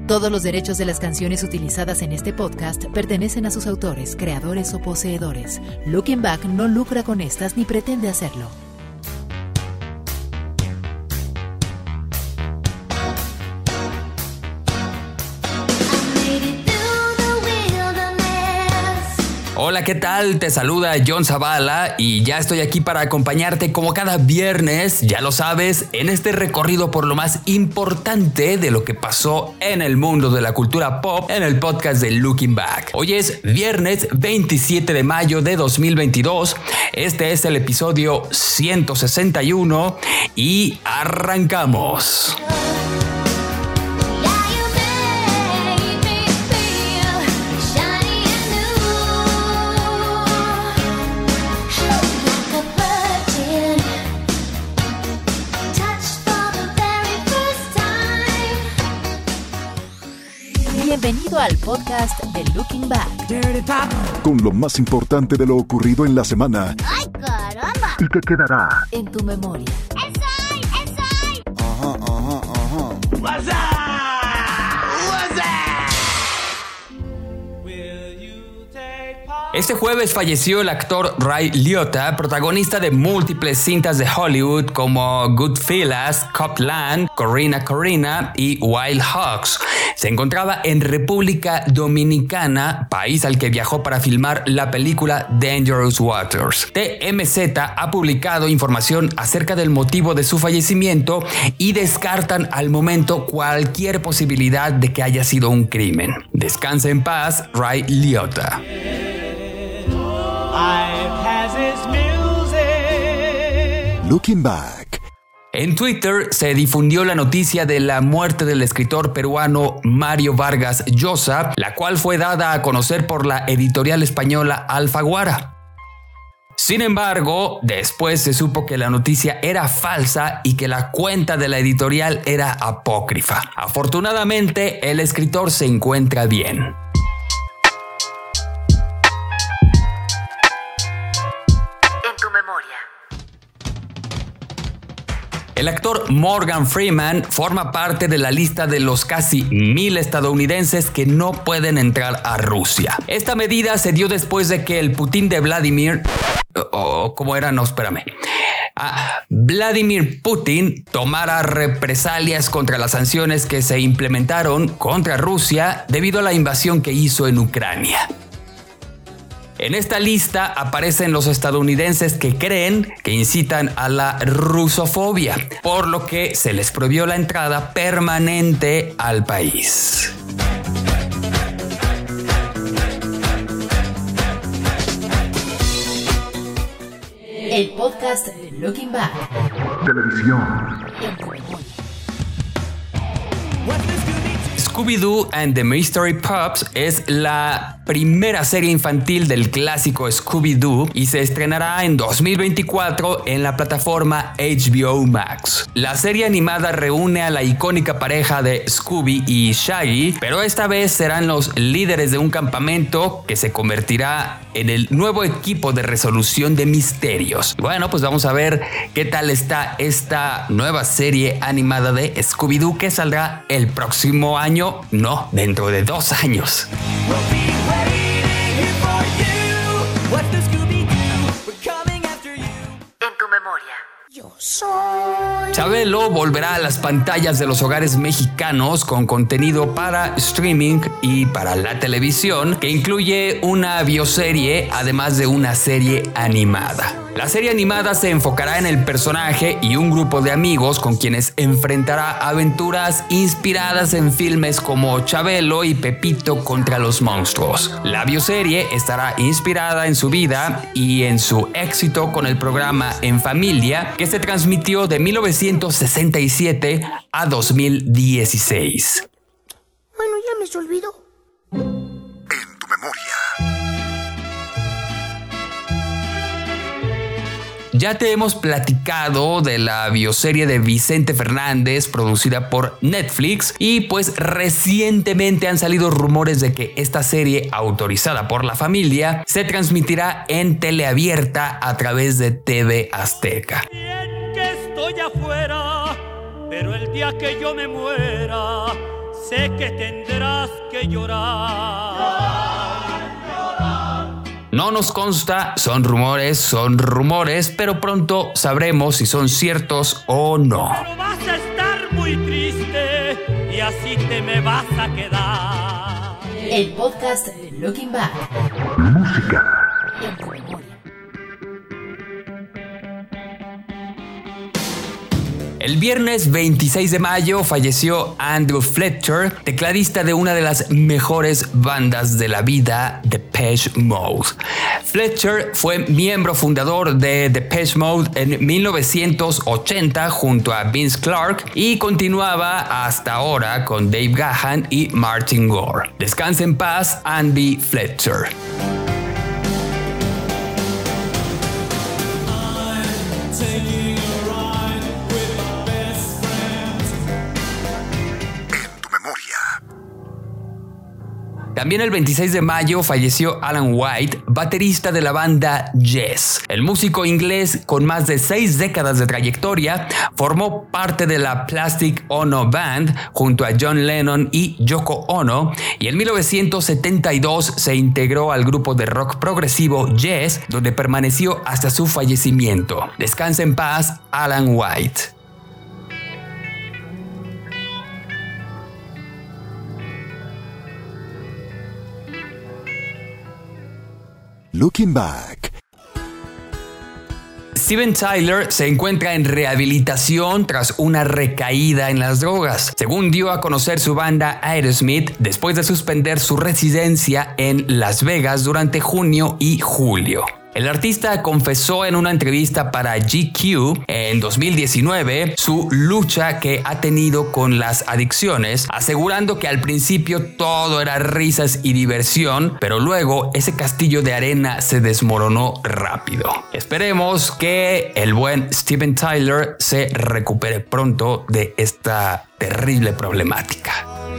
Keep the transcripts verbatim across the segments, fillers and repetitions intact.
Todos los derechos de las canciones utilizadas en este podcast pertenecen a sus autores, creadores o poseedores. Looking Back no lucra con estas ni pretende hacerlo. Hola, ¿qué tal? Te saluda John Zavala y ya estoy aquí para acompañarte como cada viernes, ya lo sabes, en este recorrido por lo más importante de lo que pasó en el mundo de la cultura pop en el podcast de Looking Back. Hoy es viernes veintisiete de mayo de dos mil veintidós, este es el episodio ciento sesenta y uno y arrancamos. Bienvenido al podcast de Looking Back. Con lo más importante de lo ocurrido en la semana. ¡Ay, caramba! Y que quedará en tu memoria. ¡Eso! ¡Eso! Ajá, ajá, ajá. What's up? What's up? Este jueves falleció el actor Ray Liotta, protagonista de múltiples cintas de Hollywood como Goodfellas, Copland, Corrina Corrina y Wild Hogs. Se encontraba en República Dominicana, país al que viajó para filmar la película Dangerous Waters. T M Z ha publicado información acerca del motivo de su fallecimiento y descartan al momento cualquier posibilidad de que haya sido un crimen. Descansa en paz, Ray Liotta. Looking Back. En Twitter se difundió la noticia de la muerte del escritor peruano Mario Vargas Llosa, la cual fue dada a conocer por la editorial española Alfaguara. Sin embargo, después se supo que la noticia era falsa y que la cuenta de la editorial era apócrifa. Afortunadamente, el escritor se encuentra bien. El actor Morgan Freeman forma parte de la lista de los casi mil estadounidenses que no pueden entrar a Rusia. Esta medida se dio después de que el Putin de Vladimir... Oh, ¿Cómo era? No, espérame. Ah, Vladimir Putin tomara represalias contra las sanciones que se implementaron contra Rusia debido a la invasión que hizo en Ucrania. En esta lista aparecen los estadounidenses que creen que incitan a la rusofobia, por lo que se les prohibió la entrada permanente al país. El podcast de Looking Back. Televisión. En tu memoria. Scooby-Doo and the Mystery Pups es la primera serie infantil del clásico Scooby-Doo y se estrenará en dos mil veinticuatro en la plataforma H B O Max. La serie animada reúne a la icónica pareja de Scooby y Shaggy, pero esta vez serán los líderes de un campamento que se convertirá en el nuevo equipo de resolución de misterios. Bueno, pues vamos a ver qué tal está esta nueva serie animada de Scooby-Doo que saldrá el próximo año, no, dentro de dos años. En tu memoria. Yo soy... Chabelo volverá a las pantallas de los hogares mexicanos con contenido para streaming y para la televisión que incluye una bioserie además de una serie animada. La serie animada se enfocará en el personaje y un grupo de amigos con quienes enfrentará aventuras inspiradas en filmes como Chabelo y Pepito contra los monstruos. La bioserie estará inspirada en su vida y en su éxito con el programa En Familia, que se transmitió de mil novecientos sesenta y siete a dos mil dieciséis. Bueno, ya me se olvidó. En tu memoria. Ya te hemos platicado de la bioserie de Vicente Fernández producida por Netflix y pues recientemente han salido rumores de que esta serie autorizada por la familia se transmitirá en teleabierta a través de T V Azteca. Bien que estoy afuera, pero el día que yo me muera sé que tendrás que llorar. No nos consta, son rumores, son rumores, pero pronto sabremos si son ciertos o no. Pero vas a estar muy triste y así te me vas a quedar. El podcast Looking Back. Música. En tu memoria. El viernes veintiséis de mayo falleció Andrew Fletcher, tecladista de una de las mejores bandas de la vida, Depeche Mode. Fletcher fue miembro fundador de Depeche Mode en mil novecientos ochenta junto a Vince Clarke y continuaba hasta ahora con Dave Gahan y Martin Gore. Descansa en paz, Andy Fletcher. También el veintiséis de mayo falleció Alan White, baterista de la banda Yes. El músico inglés con más de seis décadas de trayectoria formó parte de la Plastic Ono Band junto a John Lennon y Yoko Ono, y en mil novecientos setenta y dos se integró al grupo de rock progresivo Yes, donde permaneció hasta su fallecimiento. Descansa en paz, Alan White. Looking Back. Steven Tyler se encuentra en rehabilitación tras una recaída en las drogas, según dio a conocer su banda Aerosmith después de suspender su residencia en Las Vegas durante junio y julio. El artista confesó en una entrevista para G Q en dos mil diecinueve su lucha que ha tenido con las adicciones, asegurando que al principio todo era risas y diversión, pero luego ese castillo de arena se desmoronó rápido. Esperemos que el buen Steven Tyler se recupere pronto de esta terrible problemática.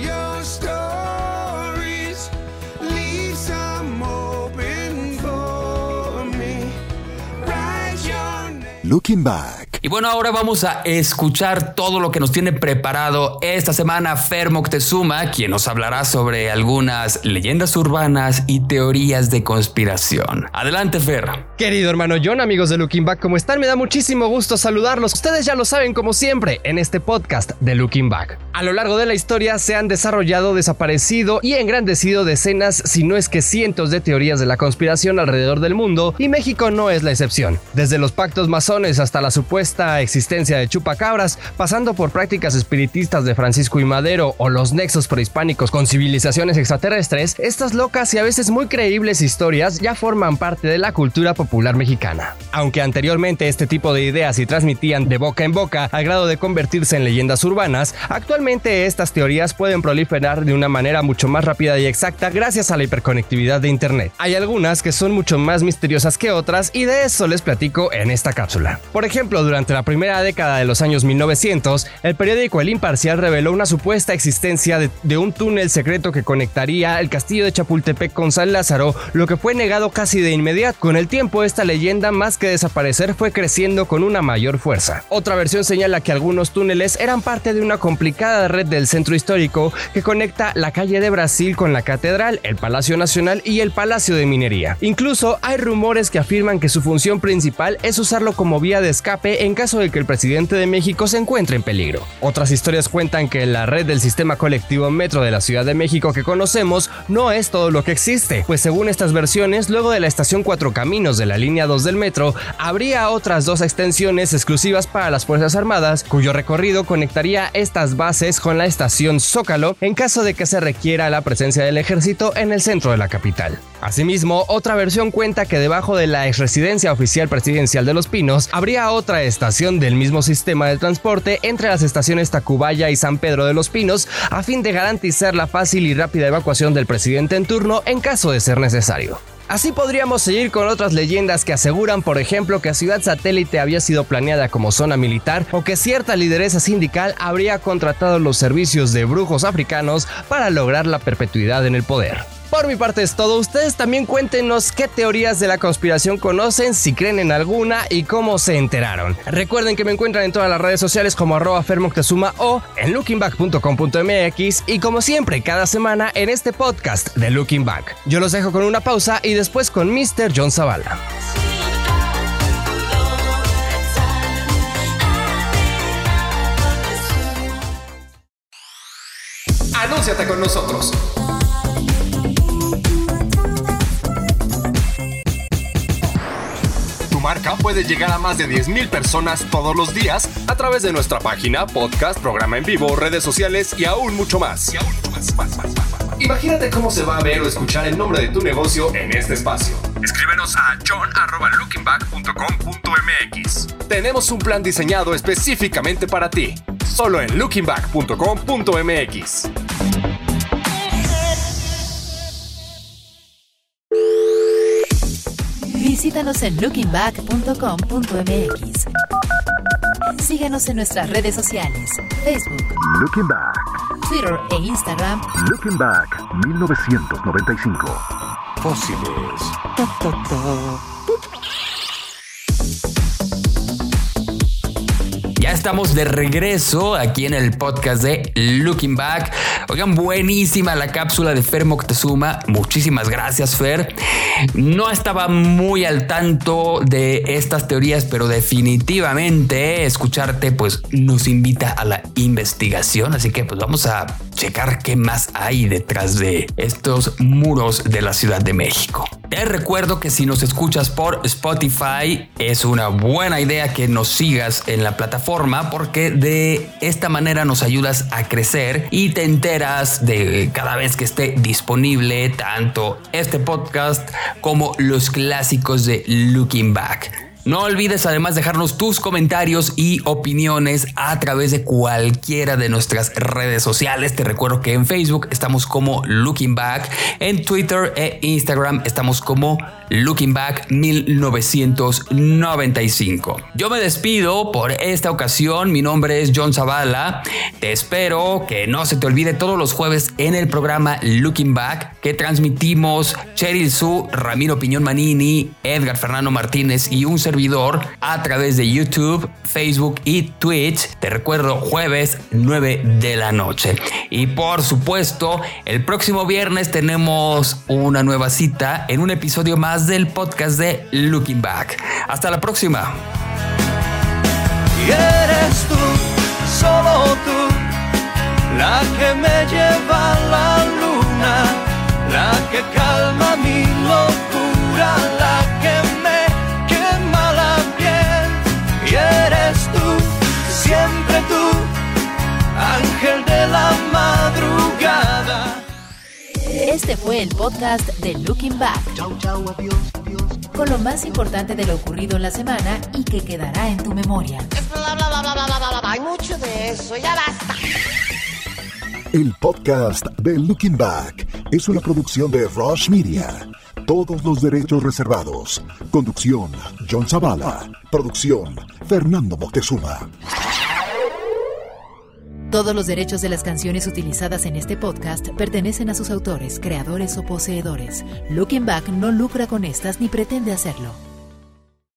Looking Back. Y bueno, ahora vamos a escuchar todo lo que nos tiene preparado esta semana Fer Moctezuma, quien nos hablará sobre algunas leyendas urbanas y teorías de conspiración. Adelante, Fer. Querido hermano John, amigos de Looking Back, ¿cómo están? Me da muchísimo gusto saludarlos. Ustedes ya lo saben, como siempre, en este podcast de Looking Back. A lo largo de la historia se han desarrollado, desaparecido y engrandecido decenas, si no es que cientos de teorías de la conspiración alrededor del mundo, y México no es la excepción. Desde los pactos masones hasta la supuesta existencia de chupacabras, pasando por prácticas espiritistas de Francisco I. Madero o los nexos prehispánicos con civilizaciones extraterrestres, estas locas y a veces muy creíbles historias ya forman parte de la cultura popular mexicana. Aunque anteriormente este tipo de ideas se transmitían de boca en boca al grado de convertirse en leyendas urbanas, actualmente estas teorías pueden proliferar de una manera mucho más rápida y exacta gracias a la hiperconectividad de internet. Hay algunas que son mucho más misteriosas que otras y de eso les platico en esta cápsula. Por ejemplo, durante la primera década de los años mil novecientos, el periódico El Imparcial reveló una supuesta existencia de, de un túnel secreto que conectaría el castillo de Chapultepec con San Lázaro, lo que fue negado casi de inmediato. Con el tiempo, esta leyenda, más que desaparecer, fue creciendo con una mayor fuerza. Otra versión señala que algunos túneles eran parte de una complicada red del centro histórico que conecta la calle de Brasil con la Catedral, el Palacio Nacional y el Palacio de Minería. Incluso hay rumores que afirman que su función principal es usarlo como vía de escape en caso de que el presidente de México se encuentre en peligro. Otras historias cuentan que la red del sistema colectivo metro de la Ciudad de México que conocemos no es todo lo que existe, pues según estas versiones, luego de la estación Cuatro Caminos de la línea dos del metro, habría otras dos extensiones exclusivas para las Fuerzas Armadas, cuyo recorrido conectaría estas bases con la estación Zócalo en caso de que se requiera la presencia del ejército en el centro de la capital. Asimismo, otra versión cuenta que debajo de la exresidencia oficial presidencial de Los Pinos habría otra estación del mismo sistema de transporte entre las estaciones Tacubaya y San Pedro de los Pinos a fin de garantizar la fácil y rápida evacuación del presidente en turno en caso de ser necesario. Así podríamos seguir con otras leyendas que aseguran, por ejemplo, que Ciudad Satélite había sido planeada como zona militar o que cierta lideresa sindical habría contratado los servicios de brujos africanos para lograr la perpetuidad en el poder. Por mi parte es todo. Ustedes también cuéntenos qué teorías de la conspiración conocen, si creen en alguna y cómo se enteraron. Recuerden que me encuentran en todas las redes sociales como arroba fer moctezuma o en looking back punto com punto m x y como siempre cada semana en este podcast de Looking Back. Yo los dejo con una pausa y después con mister John Zavala. Anúnciate con nosotros. Tu marca puede llegar a más de diez mil personas todos los días a través de nuestra página, podcast, programa en vivo, redes sociales y aún mucho más. Y aún mucho más, más, más, más, más. Imagínate cómo se va a ver o escuchar el nombre de tu negocio en este espacio. Escríbenos a john arroba looking back punto com punto m x. Tenemos un plan diseñado específicamente para ti. Solo en looking back punto com punto m x. Visítanos en looking back punto com punto m x. Síguenos en nuestras redes sociales, Facebook, Looking Back, Twitter e Instagram. Looking Back mil novecientos noventa y cinco. Fósiles. Ta, ta, ta. Ya estamos de regreso aquí en el podcast de Looking Back. Oigan, buenísima la cápsula de Fer Moctezuma. Muchísimas gracias, Fer. No estaba muy al tanto de estas teorías, pero definitivamente escucharte pues nos invita a la investigación. Así que pues vamos a checar qué más hay detrás de estos muros de la Ciudad de México. Te recuerdo que si nos escuchas por Spotify es una buena idea que nos sigas en la plataforma, porque de esta manera nos ayudas a crecer y te enteras de cada vez que esté disponible tanto este podcast como los clásicos de Looking Back. No olvides además dejarnos tus comentarios y opiniones a través de cualquiera de nuestras redes sociales. Te recuerdo que en Facebook estamos como Looking Back, en Twitter e Instagram estamos como Looking Back mil novecientos noventa y cinco. Yo me despido por esta ocasión. Mi nombre es John Zavala. Te espero que no se te olvide todos los jueves en el programa Looking Back que transmitimos Cheryl Su, Ramiro Piñón Manini, Edgar Fernando Martínez y un servidor a través de YouTube, Facebook y Twitch. Te recuerdo, jueves nueve de la noche. Y por supuesto, el próximo viernes tenemos una nueva cita en un episodio más del podcast de Looking Back. Hasta la próxima. Y eres tú, solo tú, la que me lleva a la luna, la que calma mi locura, la que me quema la piel. Y eres tú, siempre tú, ángel de la madrugada. Este fue el podcast de Looking Back. Chau, chau, adiós, adiós. Con lo más importante de lo ocurrido en la semana y que quedará en tu memoria. Bla, bla, bla, bla, bla, bla, bla. Hay mucho de eso, ya basta. El podcast de Looking Back es una producción de Rush Media. Todos los derechos reservados. Conducción, John Zavala. Producción, Fernando Moctezuma. Todos los derechos de las canciones utilizadas en este podcast pertenecen a sus autores, creadores o poseedores. Looking Back no lucra con estas ni pretende hacerlo.